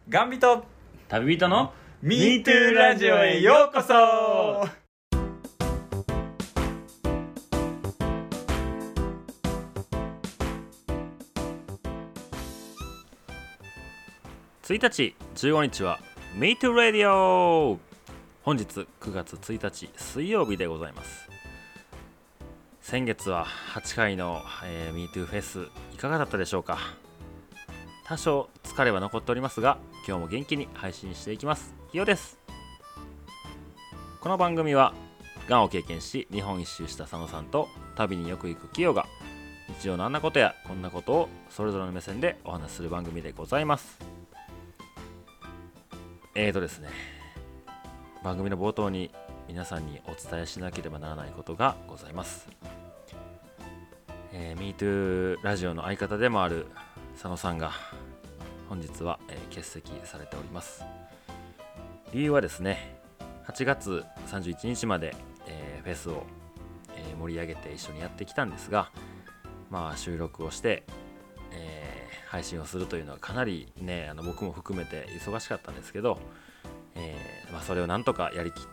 ガンビト旅人の MeToo ラジオへようこそ。 1日15日は MeToo ラディオ。本日9月1日水曜日でございます。先月は8回の、MeToo フェスいかがだったでしょうか。多少疲れは残っておりますが、今日も元気に配信していきます。キヨです。この番組はがんを経験し日本一周した佐野さんと旅によく行くキヨが日常のあんなことやこんなことをそれぞれの目線でお話しする番組でございます。ですね、番組の冒頭に皆さんにお伝えしなければならないことがございます。MeToo ラジオの相方でもある佐野さんが本日は、欠席されております。理由はですね、8月31日まで、フェスを、盛り上げて一緒にやってきたんですが、収録をして、配信をするというのはかなりね、僕も含めて忙しかったんですけど、それをなんとかやりきった、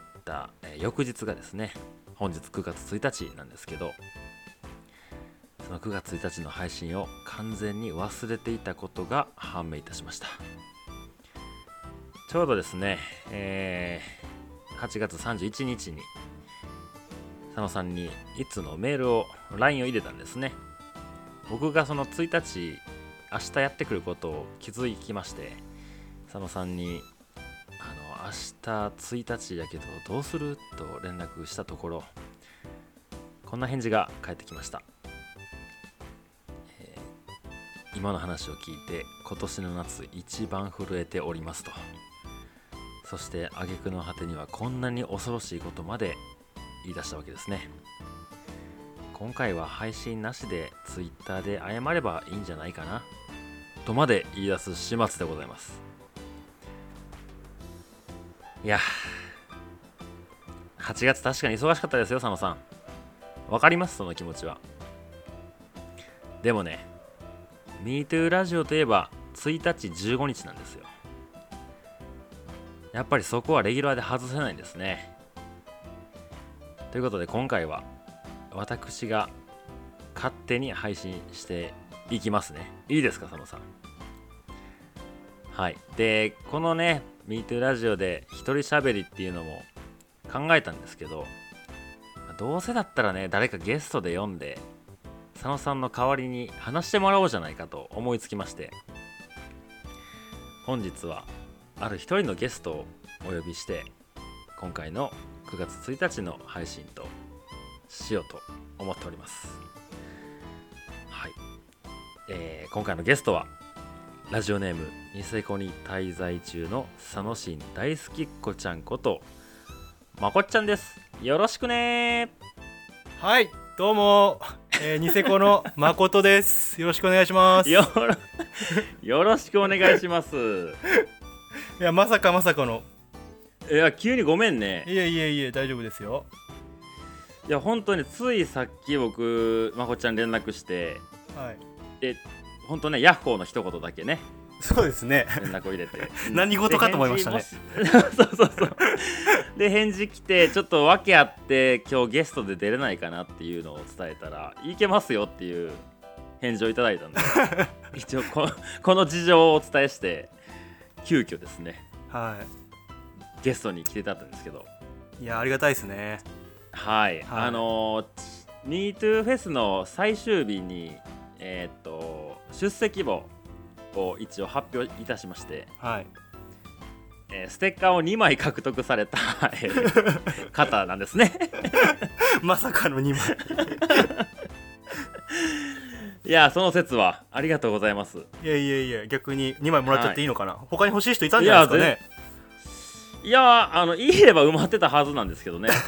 翌日がですね、本日9月1日なんですけど、その9月1日の配信を完全に忘れていたことが判明いたしました。ちょうどですね、8月31日に佐野さんに1通のメールを LINE を入れたんですね。僕がその1日明日やってくることを気づきまして、佐野さんに明日1日やけどどうすると連絡したところ、こんな返事が返ってきました。今の話を聞いて今年の夏一番震えておりますと。そして挙句の果てにはこんなに恐ろしいことまで言い出したわけですね。今回は配信なしでツイッターで謝ればいいんじゃないかなとまで言い出す始末でございます。いや、8月確かに忙しかったですよ佐野さん。わかります、その気持ちは。でもね、MeToo ラジオといえば1日15日なんですよ。やっぱりそこはレギュラーで外せないんですね。ということで今回は私が勝手に配信していきますね。いいですか佐野さん。はい。で、このね MeToo ラジオで一人喋りっていうのも考えたんですけど、どうせだったらね、誰かゲストで呼んで佐野さんの代わりに話してもらおうじゃないかと思いつきまして、本日はある一人のゲストをお呼びして今回の9月1日の配信としようと思っております。はい。今回のゲストはラジオネームニセコに滞在中の佐野市大好きっ子ちゃんことまこっちゃんです。よろしくね。 はい、どうも、ニセコのまことです。よろしくお願いします。 よろしくお願いします。 いや、まさかの。 いや、急にごめんね。 いえ、大丈夫ですよ。 いや、本当についさっき僕まこっちゃん連絡して、 はい。 本当ね、ヤッホーの一言だけね、 そうですね。 連絡を入れて何事かと思いましたね。 そうで、返事来て、ちょっと訳あって今日ゲストで出れないかなっていうのを伝えたら、いけますよっていう返事をいただいたんで一応この事情をお伝えして急遽ですね、 はゲストに来ていただいたんですけど、 い。いや、ありがたいですね。 はい、MeToo フェスの最終日に出席簿を一応発表いたしまして、 はい。 ステッカーを2枚獲得された、方なんですね。 まさかの2枚。 いや、その説はありがとうございます。 いや、逆に2枚もらっちゃっていいのかな、他に欲しい人いたんじゃないですかね。 いや、いれば埋まってたはずなんですけどね。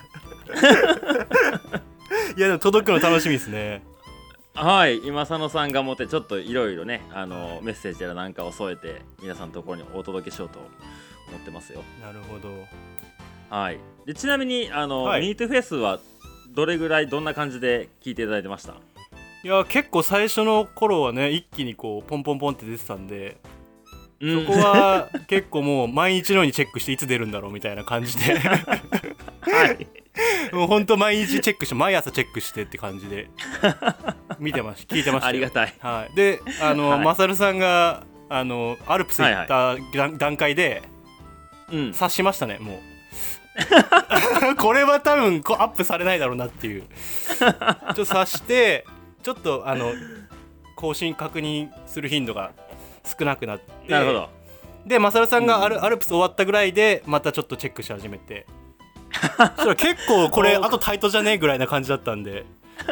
いや、でも届くの楽しみですね。 はい、今佐野さんが持ってちょっといろいろね、メッセージやらなんかを添えて皆さんのところにお届けしようと思ってますよ。 なるほど。 はい。で、ちなみにはい、 MeToo フェスはどれぐらいどんな感じで聞いていただいてました？ いや、結構最初の頃はね、一気にこうポンポンポンって出てたんで、 うんそこは結構もう毎日のようにチェックしていつ出るんだろうみたいな感じではいもうほんと毎日チェックして毎朝チェックしてって感じで見てまし聞いてましたよ。 ありがたい。 はい、ではいマサルさんがアルプス行った段階でうん察しましたねもうこれは多分アップされないだろうなっていうちょっと察してちょっと更新確認する頻度が少なくなって、 なるほど。 でマサルさんがアルプス終わったぐらいでまたちょっとチェックし始めてそしたら結構これあとタイトじゃねえぐらいな感じだったんで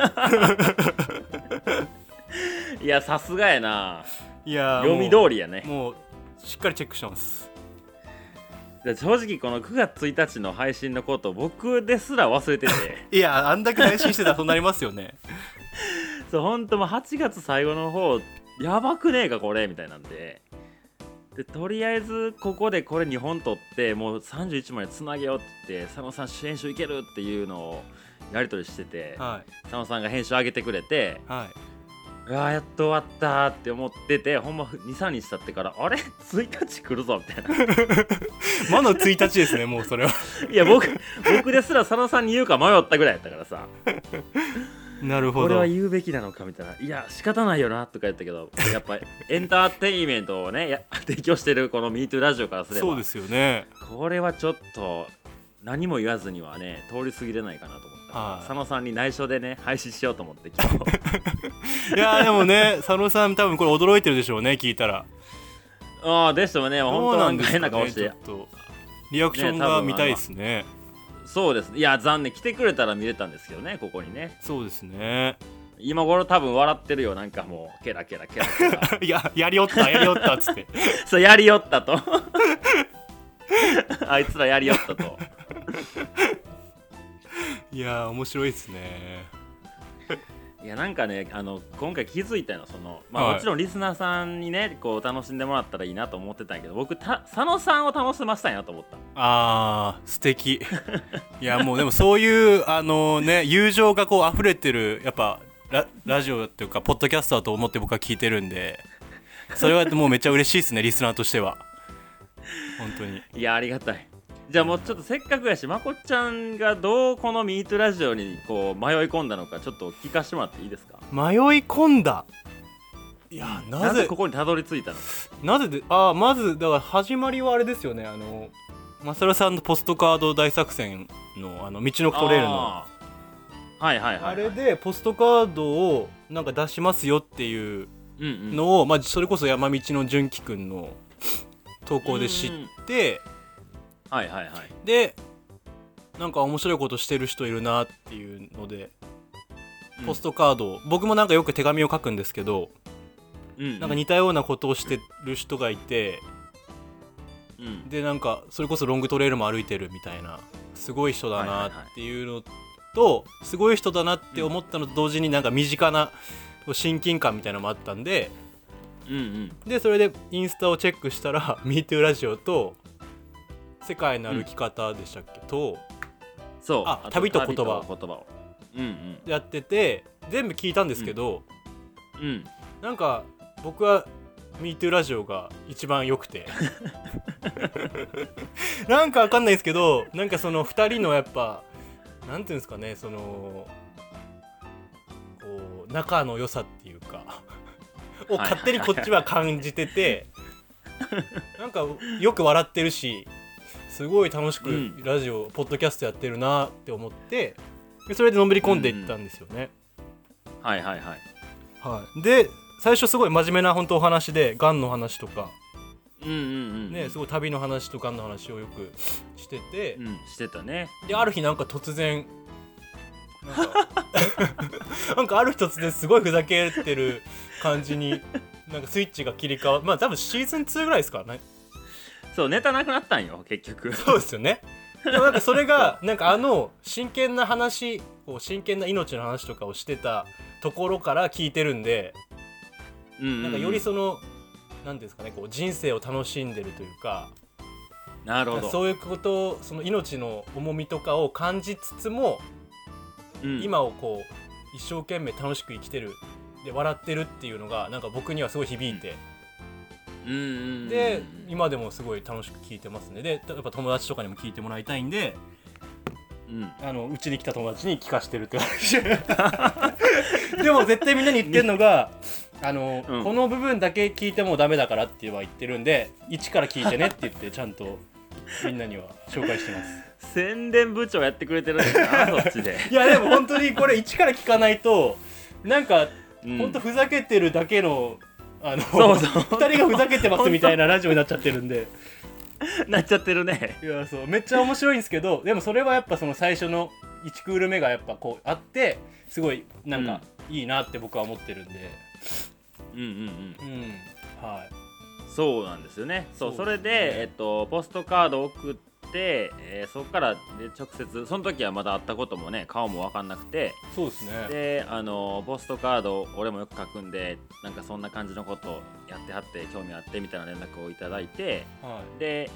いやさすがやな。 いや読み通りやね。 もうしっかりチェックしてます。 で正直この9月1日の配信のこと僕ですら忘れてていやあんだけ配信してたらそうなりますよねそうほんともう8月最後の方やばくねえかこれみたいなんでとりあえずここでこれ2本撮ってもう31までつなげようって言って佐野さん編集いけるっていうのをやり取りしてて、 は佐野さんが編集上げてくれてい、はいうわやっと終わったって思っててほんま 2,3 日経ってからあれ1日来るぞみたいなまだ1日ですねもうそれはいや僕ですら佐野さんに言うか迷ったぐらいやったからさなるほど。 これは言うべきなのかみたいないや仕方ないよなとか言ったけどやっぱエンターテインメントをね提供してるこの MeToo ラジオからすればそうですよね。 これはちょっと何も言わずにはね通り過ぎれないかなと思ったから、佐野さんに内緒でね配信しようと思って今日いやでもね佐野さん多分これ驚いてるでしょうね聞いたら。 ああでしたもね本当なんか変な顔して、 ちょっとリアクションが見たいですね。 そうですいや残念来てくれたら見れたんですけどねここにね。 そうですね。 今頃多分笑ってるよなんかもうケラケラケラケラいややりよったっつってそうやりよったとあいつらやりよったといや面白いですね。 いやなんかね今回気づいたのまあ、 はい、 もちろんリスナーさんにねこう楽しんでもらったらいいなと思ってたんやけど僕佐野さんを楽しませたんやと思った。 あー素敵いやもうでもそういうね友情がこう溢れてるやっぱラジオっていうかポッドキャストだと思って僕は聞いてるんでそれはもうめっちゃ嬉しいですねリスナーとしては本当に。 いやありがたい。じゃあもうちょっとせっかくやしまこっちゃんがどうこのミートラジオにこう迷い込んだのかちょっと聞かせてもらっていいですか。 迷い込んだ。いやなぜここにたどり着いたのか。 なぜでまずだから始まりはあれですよねマサルさんのポストカード大作戦の道のくトレイルのはいはいはい、はい、 あれでポストカードをなんか出しますよっていうのを、まあ、それこそ山道の純喜くんの投稿で知って、 はいはいはいでなんか面白いことしてる人いるなっていうので、ポストカードを僕もなんかよく手紙を書くんですけど、なんか似たようなことをしてる人がいて、でなんかそれこそロングトレイルも歩いてるみたいなすごい人だなっていうのと、すごい人だなって思ったのと同時になんか身近な親近感みたいなのもあったんで、でそれでインスタをチェックしたら MeToo ラジオと世界の歩き方でしたっけ、とそう旅と言葉をやってて全部聞いたんですけど、なんか僕は MeToo ラジオが一番良くてなんかわかんないですけど、なんかその2人のやっぱなんていうんですかね、そのこう仲の良さっていうかを勝手にこっちは感じてて、なんかよく笑ってるしすごい楽しくラジオ、ポッドキャストやってるなって思って、でそれでのんびり込んでいったんですよね。 はいはいはい。で最初すごい真面目な本当お話でがんの話とか、ね、すごい旅の話とがんの話をよくしてて、 してたね。 である日なんか突然なんかある日突然すごいふざけてる感じになんかスイッチが切り替わる、まあ多分シーズン2ぐらいですからね。 そうネタなくなったんよ結局。 そうですよね。でもなんかそれがなんか真剣な話、こう真剣な命の話とかをしてたところから聞いてるんで、なんかよりそのなんていうんですかね、こう人生を楽しんでるというか、 なるほど、 そういうことをその命の重みとかを感じつつも、今をこう一生懸命楽しく生きてるで笑ってるっていうのがなんか僕にはすごい響いて、 で今でもすごい楽しく聞いてますね。でやっぱ友達とかにも聞いてもらいたいんで、うちに来た友達に聞かしてるって感じでも絶対みんなに言ってるのがこの部分だけ聞いてもダメだからっては言ってるんで、一から聞いてねって言ってちゃんとみんなには紹介してます宣伝部長やってくれてるんですかそっちで。 いやでも本当にこれ一から聞かないとなんか、本当ふざけてるだけのそう 2人がふざけてますみたいなラジオになっちゃってるんでなっちゃってるね。 いやそうめっちゃ面白いんですけど、でもそれはやっぱその最初の1クール目がやっぱこうあってすごいなんかいいなって僕は思ってるんで、はい、 そうなんですよね。それで、ポストカードを送って、そこから直接その時はまだ会ったこともね顔も分かんなくて、 そうですね。 でポストカード俺もよく書くんでなんかそんな感じのことやってはって興味あってみたいな連絡をいただいて、で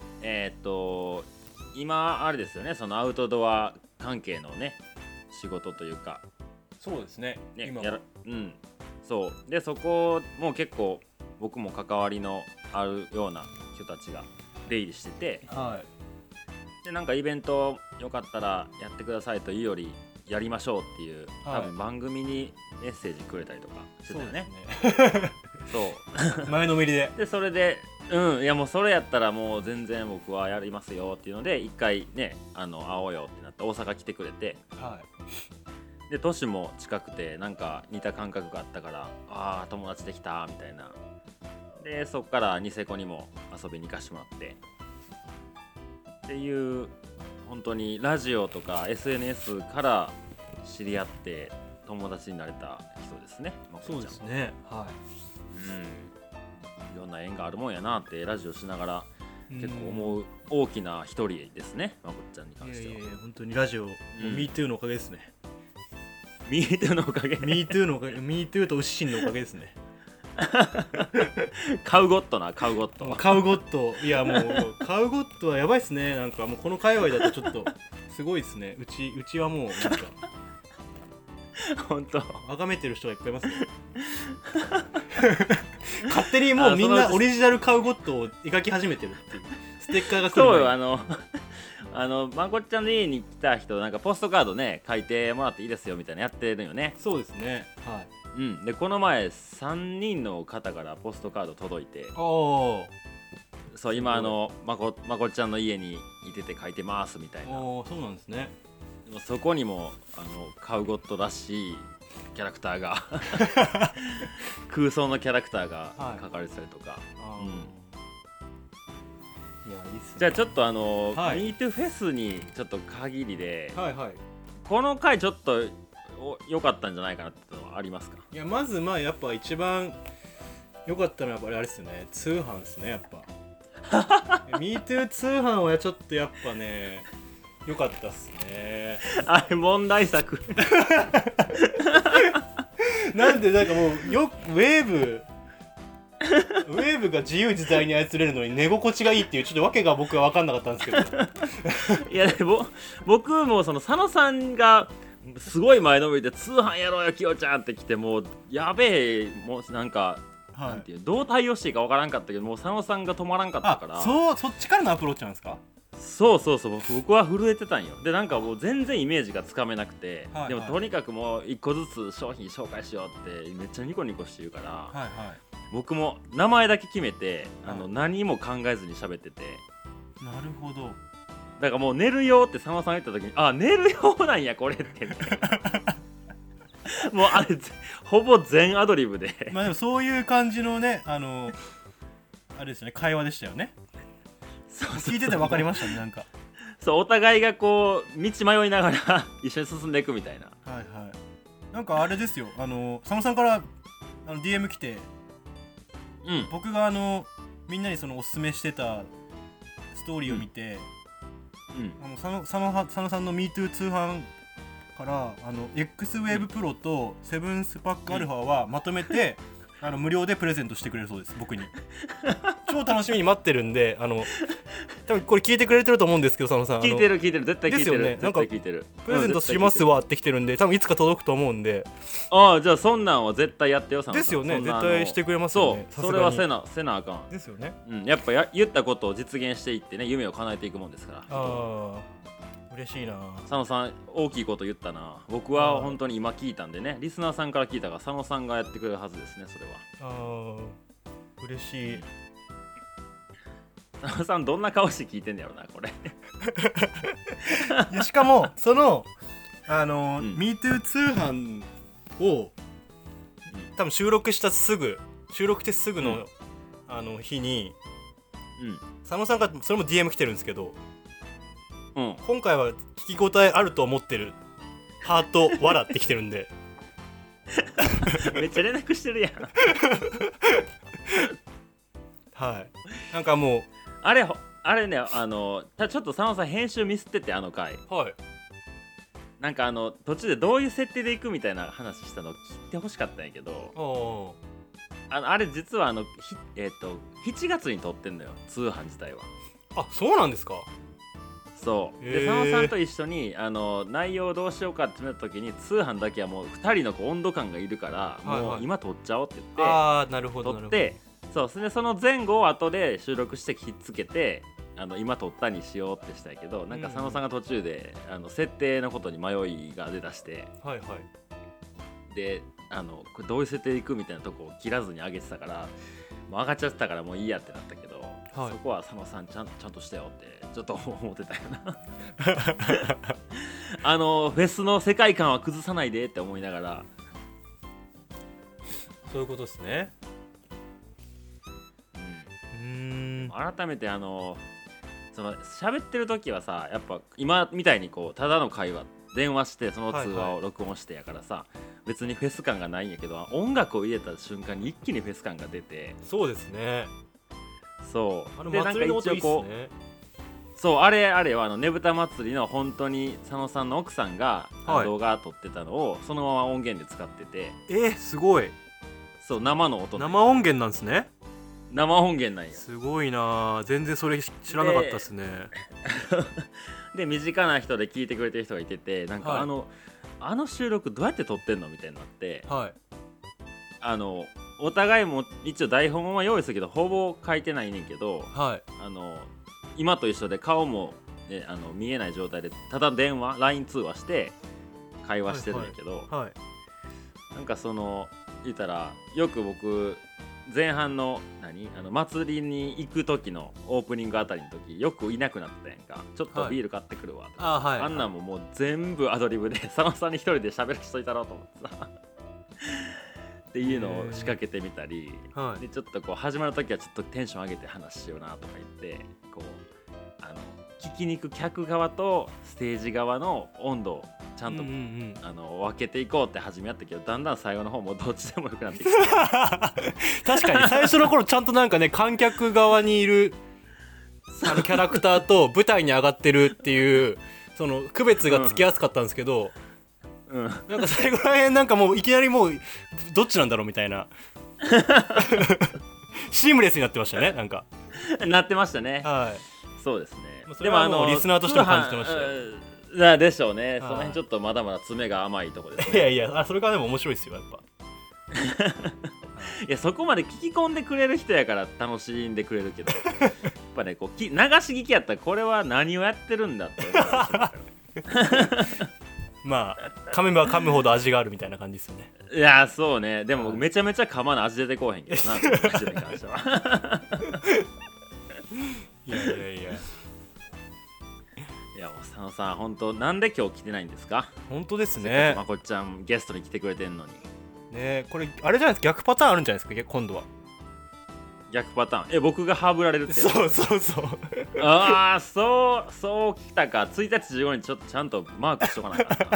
今あれですよね、そのアウトドア関係のね仕事というか、 そうですね今そうでそこも結構僕も関わりのあるような人たちが出入りしてて、でなんかイベントよかったらやってくださいというよりやりましょうっていう、多分番組にメッセージくれたりとかしてたよね。そう前のめりでそれでいやもうそれやったらもう全然僕はやりますよっていうので一回ね会おうよってなって大阪来てくれて、で年も近くてなんか似た感覚があったから友達できたみたいな。でそっからニセコにも遊びに行かしてもらってっていう、本当にラジオとか SNS から知り合って友達になれた人ですね。 そうですね、 いろんな縁があるもんやなってラジオしながら結構思う大きな一人ですね、まこっちゃんに関しては。 いや本当にラジオ、MeToo のおかげですね。 MeToo のおかげ MeToo のおかげ、MeToo とウッシンのおかげですね。 カウゴットな、カウゴット。 カウゴット、いやもうカウゴットはやばいっすね。なんかもうこの界隈だとちょっとすごいっすね。うちはもうなんか本当崇めてる人がいっぱいいますね。勝手にもうみんなオリジナルカウゴットを描き始めてるっていう。ステッカーが来る前に。 そうよ、まこっちゃんの家に来た人なんかポストカードね書いてもらっていいですよみたいなやってるよね。 そうですね、 でこの前3人の方からポストカード届いて、そう今まこっちゃんの家にいてて書いてますみたいな。 そうなんですね。 でもそこにもカウゴットらしいキャラクターが空想のキャラクターが書かれてたりとか、 いやいいっすね。 じゃあちょっとMeToo フェスにちょっと限りで、この回ちょっと良かったんじゃないかなってのはありますか？ いやまずやっぱ一番良かったのはやっぱあれですよね、通販ですね。やっぱMeToo 通販はちょっとやっぱね良かったっすね。 あれ問題作なんでなんかもうウェーブが自由自在に操れるのに寝心地がいいっていうちょっと訳が僕は分かんなかったんですけどいやでも僕もその佐野さんがすごい前のめりで通販やろうよきよちゃんって来て、もうやべえ、もうなんか、なんていうどう対応していいか分からんかったけど、もう佐野さんが止まらんかったから。 そっちからのアプローチなんですか？ そう僕は震えてたんよ。でなんかもう全然イメージがつかめなくて、でもとにかくもう一個ずつ商品紹介しようってめっちゃニコニコして言うから、僕も名前だけ決めて何も考えずに喋ってて。 なるほど。 だからもう寝るよって佐野さん言った時に、寝るよなんやこれってもうあれほぼ全アドリブででもそういう感じのねあれですよね、会話でしたよね。聞いてて分かりましたね。なんかそうお互いがこう道迷いながら一緒に進んでいくみたいな。 なんかあれですよ、佐野さんからDM 来て、僕がみんなにそのおすすめしてたストーリーを見て、佐野さんの MeToo 通販からXWave Pro とセブンスパックアルファはまとめて無料でプレゼントしてくれるそうです。僕に超楽しみに待ってるんで多分これ聞いてくれてると思うんですけど、佐野さん聞いてる絶対聞いてる、 ですよね。なんか絶対聞いてる。 プレゼントしますわってきてるんで、多分いつか届くと思うんで。 ああ、じゃあそんなんは絶対やってよ、佐野さん。 ですよね、絶対してくれますよね。 そう、それはせなあかんですよね。 やっぱ言ったことを実現していってね、夢を叶えていくもんですから。 ああ、嬉しいな。 佐野さん大きいこと言ったな。僕は本当に今聞いたんでね、リスナーさんから聞いたから佐野さんがやってくれるはずですね、それは。 ああ、嬉しい。 佐野さんどんな顔して聞いてんだろうなこれ。 いやしかもそのMeToo 通販を多分収録してすぐの、日に、佐野さんからそれも DM 来てるんですけど、今回は聞き応えあると思ってる、ハート笑ってきてるんでめっちゃ連絡してるやん。 はい、なんかもうあれね、ちょっと佐野さん編集ミスってて、あの回、 はい、 なんか途中でどういう設定でいくみたいな話したの聞いてほしかったんやけど、あれ実は7月に撮ってんのよ、通販自体は。 あ、そうなんですか。 そうで、佐野さんと一緒に内容どうしようかって決めた時に、通販だけはもう2人の温度感がいるから、もう今撮っちゃおうって言って、 ああ、なるほど、 撮って、そうそれでその前後を後で収録してひっつけて、今撮ったにしようってしたんやけど、なんか佐野さんが途中で設定のことに迷いが出だして、 はいはい、 でこれどういう設定でいくみたいなとこを切らずに上げてたから、もう上がっちゃってたからもういいやってなったけど、そこは佐野さんちゃんとしてよってちょっと思ってたよな。フェスの世界観は崩さないでって思いながら。 そういうことですね。 改めてその喋ってる時はさ、やっぱ今みたいにこうただの会話、電話してその通話を録音してやからさ、別にフェス感がないんやけど、音楽を入れた瞬間に一気にフェス感が出て。 そうですね。 そうで、なんか一応こう、 そう、あれはねぶた祭りの本当に佐野さんの奥さんが動画撮ってたのをそのまま音源で使ってて、 すごい。 そう、生の音、 生音源なんですね。 生音源なんや。 すごいな、全然それ知らなかったですね。 で身近な人で聞いてくれてる人がいてて、なんかあの収録どうやって撮ってんのみたいになって、お互いも一応台本は用意するけどほぼ書いてないねんけど、今と一緒で顔も、ね、見えない状態でただ電話 LINE 通話して会話してるんやけど、なんか言ったらよく僕前半の祭りに行く時のオープニングあたりの時よくいなくなったやんか。ちょっとビール買ってくるわとか、あんなんもう全部アドリブで佐野さんに一人で喋る人いたろうと思ってさっていうのを仕掛けてみたり、でちょっとこう始まる時はちょっとテンション上げて話しようなとか言って、こう聞きに行く客側とステージ側の温度をちゃんと、分けていこうって始めやったけど、だんだん最後の方もどっちでもよくなってきて確かに最初の頃ちゃんとなんかね、観客側にいるキャラクターと舞台に上がってるっていうその区別がつきやすかったんですけど、なんか最後らへんなんかもういきなりもうどっちなんだろうみたいなシームレスになってましたね。なんかなってましたね。そうですね。 でもリスナーとしても感じてましたよ。でしょうね。その辺ちょっとまだまだ詰めが甘いところですね。 いやそれからでも面白いですよやっぱ。 いや、そこまで聞き込んでくれる人やから楽しんでくれるけど、やっぱね、こう流し聞きやったらこれは何をやってるんだってまあ噛めば噛むほど味があるみたいな感じですよね。 いや、そうね。でもめちゃめちゃ噛まな味出てこうへんけどな、味に関しては。いやもう佐野さん、本当なんで今日来てないんですか？ 本当ですね。 まこっちゃんゲストに来てくれてんのにね。これあれじゃないですか、逆パターンあるんじゃないですか今度は。 逆パターン、僕がハーブられるって。 そうああ、そうきたか。1日15日ちょっとちゃんとマークしとかなかった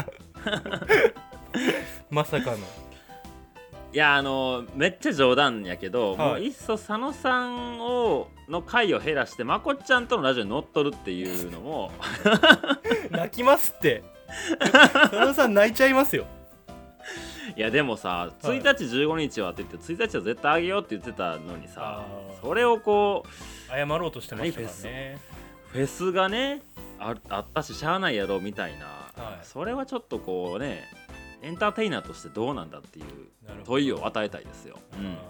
まさかの。 いや、めっちゃ冗談やけど、もういっそ佐野さんの回を減らしてまこっちゃんとのラジオに乗っ取るっていうのも泣きますって佐野さん泣いちゃいますよ。 いやでもさ、1日15日はって言って1日は絶対あげようって言ってたのにさ、それをこう謝ろうとしてましたからね。 フェスがねあったししゃあないやろみたいな、 はい、 それはちょっとこうねエンターテイナーとしてどうなんだっていう問いを与えたいですよ。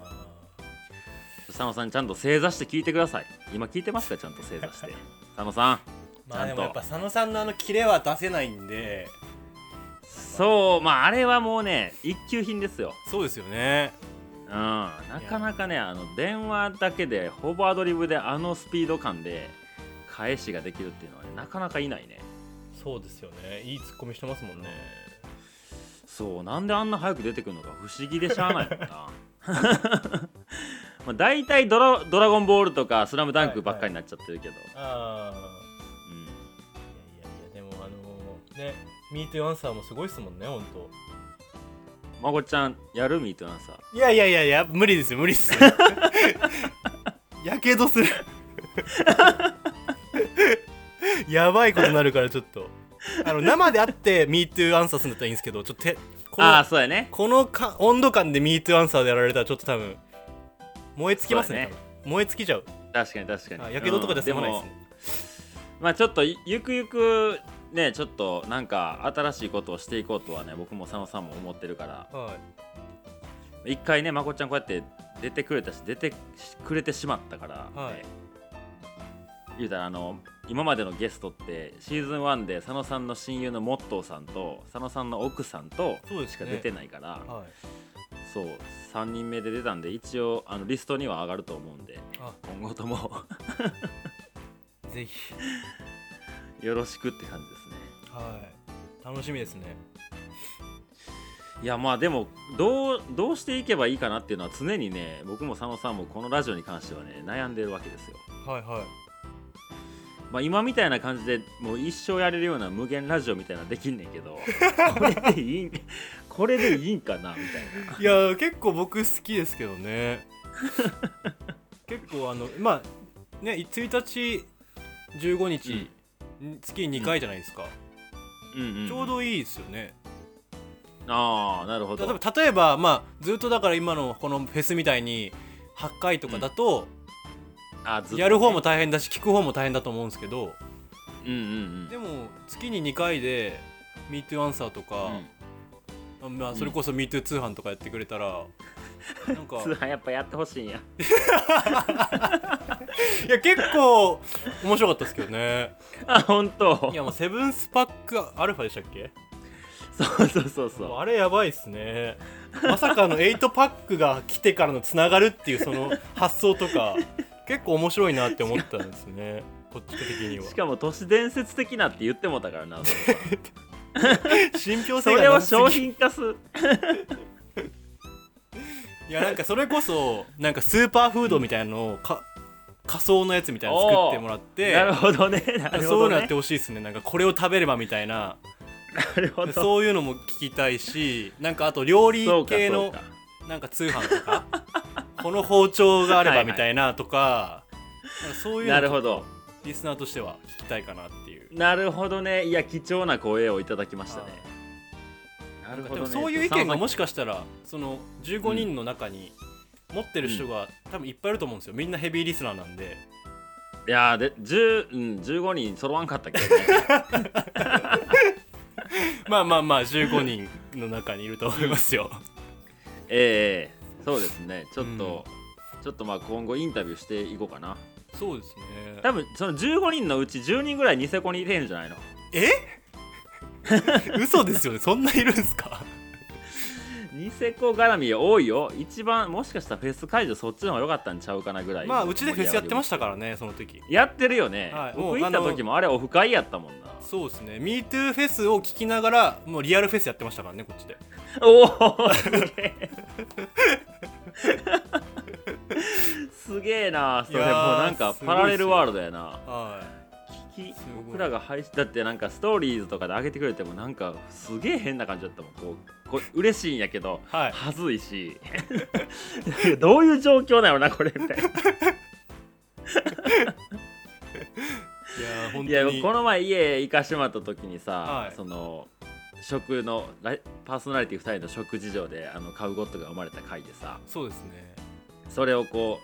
佐野さんちゃんと正座して聞いてください。今聞いてますか？ちゃんと正座して佐野さん。 まあでもやっぱ佐野さんのキレは出せないんで、 そうまああれはもうね一級品ですよ。 そうですよね。 なかなかね電話だけでほぼアドリブでスピード感で返しができるっていうのはねなかなかいないね。 そうですよね。いいツッコミしてますもんね。 そうなんであんな早く出てくるのか不思議でしゃあないもんなまあ大体ドラゴンボールとかスラムダンクばっかりになっちゃってるけど、 いやでもねミートゥーアンサーもすごいっすもんねほんと。 まこちゃんやるミートゥーアンサー。 いや無理ですよやけどするやばいことになるからちょっと生で会ってミートゥーアンサーするんだったらいいんですけど、ちょっとそうやね。 この温度感でミートゥーアンサーでやられたらちょっと多分燃え尽きますね。燃え尽きちゃう。 確かにやけどとかで済まないですね。 まあちょっとゆくゆくねちょっとなんか新しいことをしていこうとはね僕も佐野さんも思ってるから、一回ねまこちゃんこうやって出てくれてしまったから、言うたら今までのゲストってシーズン1で佐野さんの親友のモットーさんと佐野さんの奥さんとしか出てないから、そう3人目で出たんで一応リストには上がると思うんで今後ともぜひよろしくって感じですね。 楽しみですね。 いやまあでもどうしていけばいいかなっていうのは常にね僕も佐野さんもこのラジオに関してはね悩んでるわけですよ。まあ、今みたいな感じでもう一生やれるような無限ラジオみたいなのできんねんけどこれでいいんかなみたいな。 いや結構僕好きですけどね結構まあね1日15日、月に2回じゃないですか、ちょうどいいですよね。 なるほど。 例えばまあずっとだから今のこのフェスみたいに8回とかだと、やる方も大変だし聞く方も大変だと思うんですけど、でも月に2回で MeToo アンサーとか、まあ、それこそ MeToo 通販とかやってくれたら、なんか通販やっぱやってほしいんやいや結構面白かったですけどね。 本当。 いやもうセブンスパックアルファでしたっけ？ そうあれやばいっすね。まさかの8パックが来てからのつながるっていうその発想とか結構面白いなって思ったんですねこっち的には。 しかも都市伝説的なって言ってもたからな信憑性がそれを商品化すいやなんかそれこそなんかスーパーフードみたいなのを仮想のやつみたいなの作ってもらって、 なるほどねそういうのやってほしいですね。なんかこれを食べればみたいな、そういうのも聞きたいし、なんかあと料理系のなんか通販とかこの包丁があればみたいなとか、そういうのをリスナーとしては聞きたいかなっていう。 なるほどね。いや貴重な声をいただきましたね。なるほどね。 でもそういう意見がもしかしたらその15人の中に持ってる人が多分いっぱいいると思うんですよ。みんなヘビーリスナーなんで。 いやで15人揃わんかったけどねまあ15人の中にいると思いますよそうですね。ちょっとまあ今後インタビューしていこうかな。 そうですね。 多分その15人のうち10人ぐらいニセコにいてんじゃないの？ 嘘ですよね。そんないるんすか？ ニセコ絡み多いよ。一番もしかしたらフェス会場そっちの方が良かったんちゃうかなぐらい。 まあうちでフェスやってましたからねその時。 やってるよね、僕行った時もあれオフ会やったもんな。 そうですね。 MeToo フェスを聞きながらもうリアルフェスやってましたからねこっちで。 おおすげえすげえな。それもうなんかパラレルワールドやな。僕らが配信だってなんかストーリーズとかで上げてくれてもなんかすげえ変な感じだったもん。こう嬉しいんやけど、はずいしどういう状況なのなこれみたいな。いやこの前家行かしてもらった時にさ、その食のパーソナリティ2人の食事情で買うゴッドが生まれた回でさ、 そうですね。 それをこう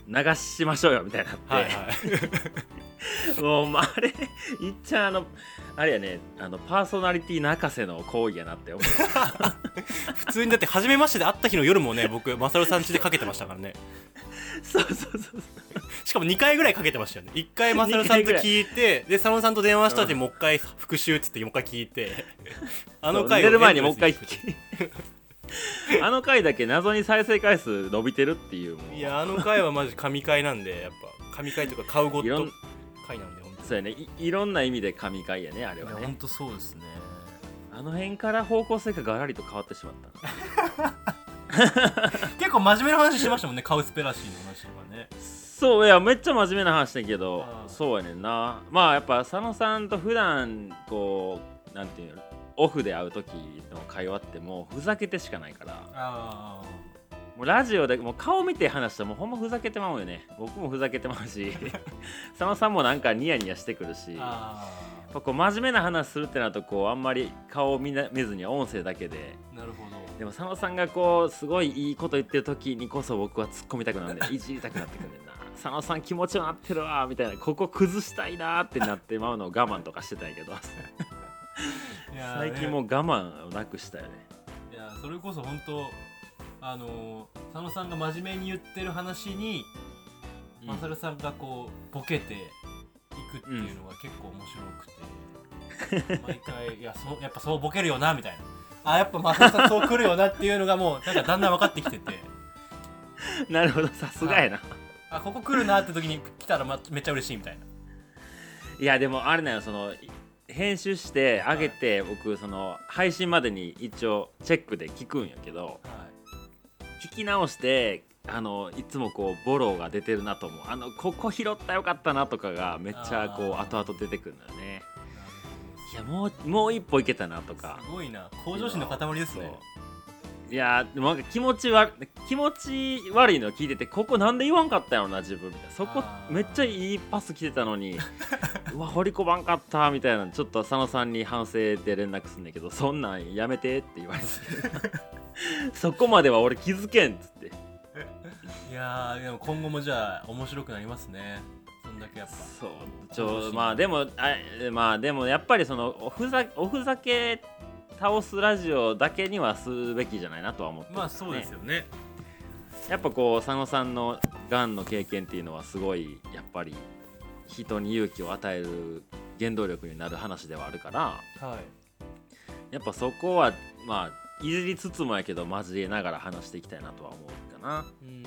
流しましょうよみたいになって、 はいはいもうあれいっちゃあれやね、パーソナリティ泣かせの行為やなって思う普通にだって初めましてで会った日の夜もね、僕マサルさん家でかけてましたからね。 そうしかも2回ぐらいかけてましたよね。1回マサルさんと聞いて、で佐野さんと電話した後にもう一回復習っつってもう一回聞いて、あの回寝る前にもう一回あの回だけ謎に再生回数伸びてるっていう。もういや、あの回はマジ神回なんで、やっぱ神回とか買うゴッド回なんで、本当にそうやね、いろんな意味で神回やね、あれはね。 本当そうですね。 あの辺から方向性がガラリと変わってしまった結構真面目な話してましたもんね、カウスペラシーの話とかね。 そういや、めっちゃ真面目な話だけど、 あーそうやねんな。まあやっぱ佐野さんと普段こうなんていうの、オフで会う時の会話ってもうふざけてしかないから、 あもうラジオでもう顔見て話したらもうほんまふざけてまうよね。僕もふざけてまうし佐野さんもなんかニヤニヤしてくるし、やっぱこう真面目な話するってなるとこうあんまり顔を見ずに音声だけで。 なるほど。 でも佐野さんがこうすごいいいこと言ってる時にこそ僕は突っ込みたくなるんでいじりたくなってくるんだよな。佐野さん気持ちよなってるわみたいな、ここ崩したいなってなってまうのを我慢とかしてたんやけど最近もう我慢をなくしたよね。 いや、それこそ本当佐野さんが真面目に言ってる話に、マサルさんがこうボケていくっていうのが結構面白くて、毎回やっぱそうボケるよなみたいな、やっぱマサルさんそう来るよなっていうのがもうなんかだんだん分かってきててなるほど、さすがやな。 ここ来るなって時に来たら、めっちゃ嬉しいみたいな。 いやでもあれだよ、その編集して上げて、僕その配信までに一応チェックで聞くんやけど、聞き直していつもこうボロが出てるなと思う。ここ拾ったよかったなとかがめっちゃこう後々出てくるんだよね。いやもう一歩いけたなとか。 すごいな、向上心の塊ですね。 いやでもなんか気持ち悪いのを聞いてて、ここなんで言わんかったんやろな自分みたいな、そこめっちゃいいパス来てたのにうわ掘り込まんかったみたいな、ちょっと佐野さんに反省で連絡すんだけど、そんなんやめてって言われてそこまでは俺気づけんっつって。 いやー、でも今後もじゃあ面白くなりますね、そんだけやっぱ。 そうまあでもやっぱりそのおふざけ倒すラジオだけにはすべきじゃないなとは思ってる、ね。 まあそうですよね。 やっぱこう佐野さんのがんの経験っていうのはすごいやっぱり人に勇気を与える原動力になる話ではあるから、 はい、 やっぱそこはまあいじりつつもやけど交えながら話していきたいなとは思うかな。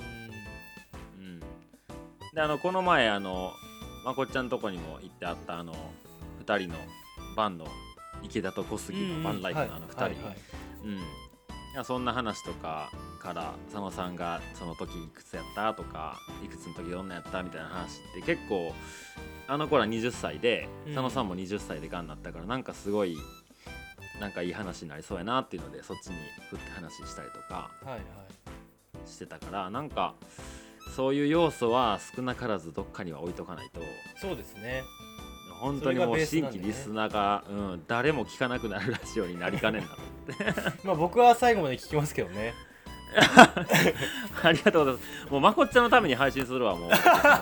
でこの前まこっちゃんとこにも行ってあった2人のバンの池田と小杉のバンライフの2人、いやそんな話とかから佐野さんがその時いくつやったとか、いくつの時どんなやったみたいな話って結構頃は20歳で、佐野さんも20歳でがんになったから、なんかすごいなんかいい話になりそうやなっていうのでそっちに振って話したりとかしてたから、なんかそういう要素は少なからずどっかには置いとかないと。 そうですね、 本当にもう新規リスナーが、誰も聞かなくなるラジオになりかねんなと思ってまあ僕は最後まで聞きますけどねありがとうございます。もうまこっちゃんのために配信するわもう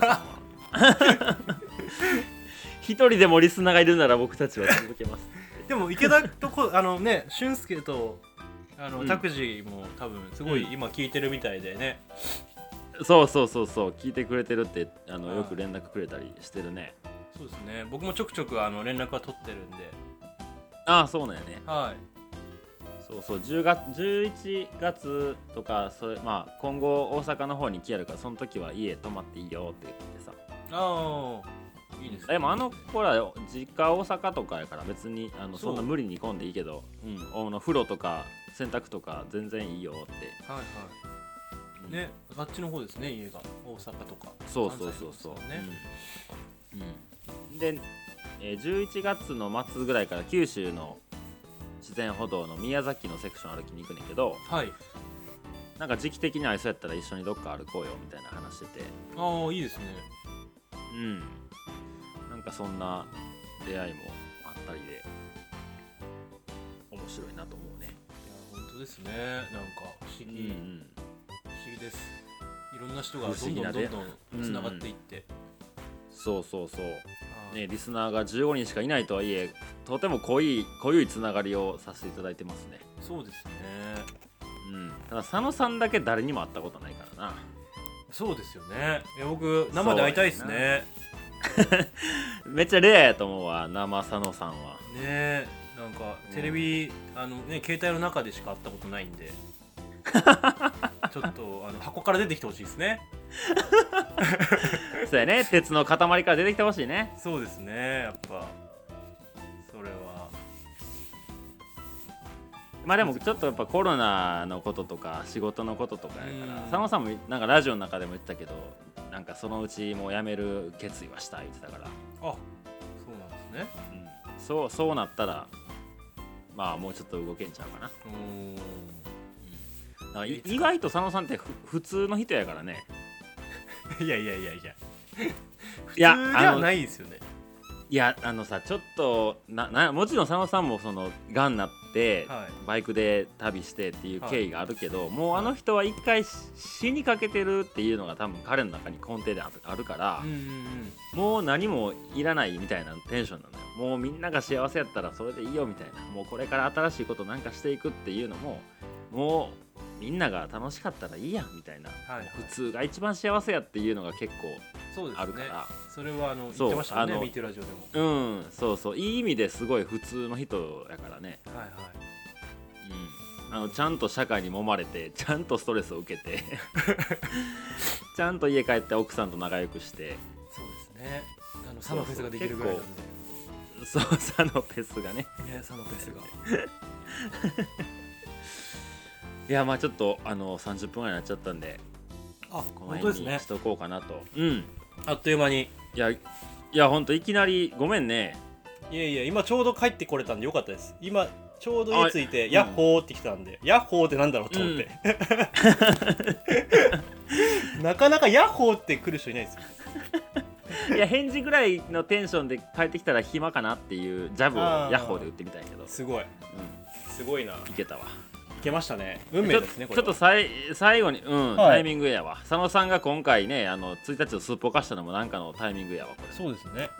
一人でもリスナーがいるなら僕たちは続けますでも池田と俊介と拓司も多分すごい今聞いてるみたいでね、 そう聞いてくれてるってよく連絡くれたりしてるね。 そうですね、僕もちょくちょく連絡は取ってるんで。 そうなんやね。 はい、 そう11月とかまあ今後大阪の方に来やるから、その時は家泊まっていいよって言ってさ。 いいですね。 でも子ら実家大阪とかやから別にそんな無理に混んでいいけど、風呂とか洗濯とか全然いいよって。ね、 あっちの方ですね、家が大阪とか。 そうね。で、11月の末ぐらいから九州の自然歩道の宮崎のセクション歩きに行くねんけど、なんか時期的に合いそうやったら一緒にどっか歩こうよみたいな話してて。 いいですね。 なんかそんな出会いもあったりで面白いなと思うね。 いや本当ですね、なんか不思議です。いろんな人がどんどんつながっていって、 そうね、リスナーが15人しかいないとはいえとても濃いつながりをさせていただいてますね。 そうですね。 ただ佐野さんだけ誰にも会ったことないからな。 そうですよね。僕生で会いたいですね。 めっちゃレアやと思うわ、生佐野さんはね。なんかテレビ、携帯の中でしか会ったことないんでちょっと箱から出てきてほしいですね。 そうやね、鉄の塊から出てきてほしいね。 そうですね、やっぱそれは。 まあでもちょっとやっぱコロナのこととか仕事のこととかやから、佐野さんもなんかラジオの中でも言ってたけど、なんかそのうちもう辞める決意はしたいって言ってたから。 あ、そうなんですね。 そうなったらまあもうちょっと動けんちゃうかな。だから意外と佐野さんって普通の人やからね。 いや普通ではないですよね。 いやさ、ちょっともちろん佐野さんもそのがんになって、バイクで旅してっていう経緯があるけど、もうあの人は一回死にかけてるっていうのが多分彼の中に根底であるから、もう何もいらないみたいなテンションなんだよ。もうみんなが幸せやったらそれでいいよみたいな、もうこれから新しいことなんかしていくっていうのももうみんなが楽しかったらいいやんみたいな、普通が一番幸せやっていうのが結構あるから、 それは言ってましたね、見てるラジオでも。 そういい意味ですごい普通の人やからね。ちゃんと社会に揉まれて、ちゃんとストレスを受けてちゃんと家帰って奥さんと仲良くして。 そうですね、サノフェスができるぐらいなんで。 そう、サノフェスがね、 サノフェスがいや、まあちょっと30分ぐらいになっちゃったんで、この辺にしとこうかなと。 あっという間に。 いやほんといきなりごめんね。 いや今ちょうど帰ってこれたんでよかったです。今ちょうど家着いてヤッホーって来たんで、ヤッホーってなんだろうと思って、なかなかヤッホーって来る人いないですよ。 いや、返事ぐらいのテンションで帰ってきたら暇かなっていうジャブをヤッホーで打ってみたいけど、 すごい、すごいな。 いけたわ。 いけましたね。運命ですね。これちょっと最後に、タイミングやわ。佐野さんが今回ね1日をすっぽかしたのもなんかのタイミングやわこれ。 そうですね。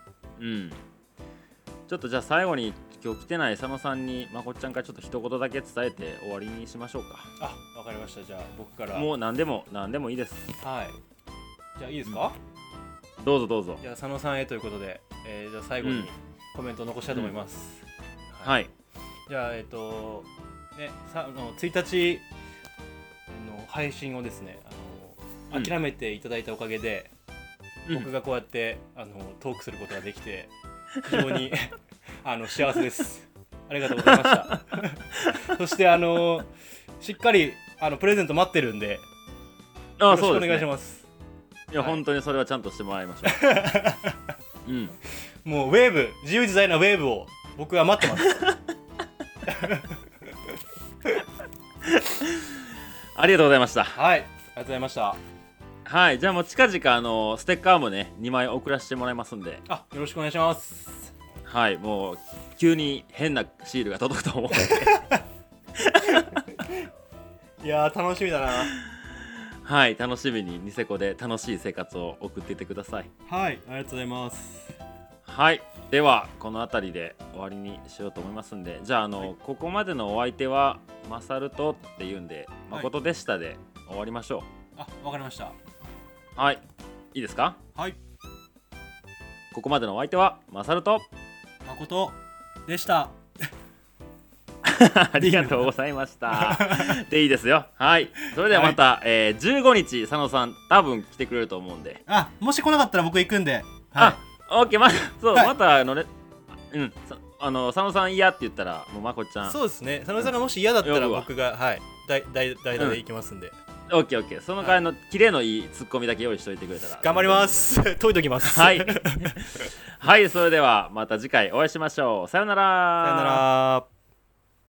ちょっとじゃあ最後に今日来てない佐野さんにまこっちゃんからちょっと一言だけ伝えて終わりにしましょうか。 わかりました。じゃあ僕からもう何でもいいです。 はい。じゃあいいですか。 どうぞ。 じゃあ佐野さんへということで、じゃあ最後にコメントを残したいと思います。 はい。 じゃあ1日の配信をですね、諦めていただいたおかげで、僕がこうやってトークすることができて非常に幸せです。ありがとうございましたそしてしっかりプレゼント待ってるんでよろしくお願いします。 いや、本当にそれはちゃんとしてもらいましょう。もうウェーブ、自由自在なウェーブを僕は待ってますありがとうございました。 はい、ありがとうございました。 はい、じゃあもう近々ステッカーもね2枚送らせてもらいますんで、 よろしくお願いします。 はい、もう急に変なシールが届くと思うんでいやー楽しみだな。 はい、楽しみにニセコで楽しい生活を送っていってください。 はい、ありがとうございます。 はい、ではこの辺りで終わりにしようと思いますんで、じゃあここまでのお相手はマサルとっていうんで、誠でしたで終わりましょう。わかりました。 はい、いいですか。 はい、 ここまでのお相手はマサルと誠でしたありがとうございましたでいいですよ。はい、それではまた、15日佐野さん多分来てくれると思うんで、 もし来なかったら僕行くんで、 オッケー、また佐野さん嫌って言ったらもうまこちゃん。 そうですね、佐野さんがもし嫌だったら僕が代打で行きますんで、 オッケー、その代わりのキレのいいツッコミだけ用意しておいてくれたら頑張ります解いときます。 はいはい、それではまた次回お会いしましょう。さよなら。 さよなら。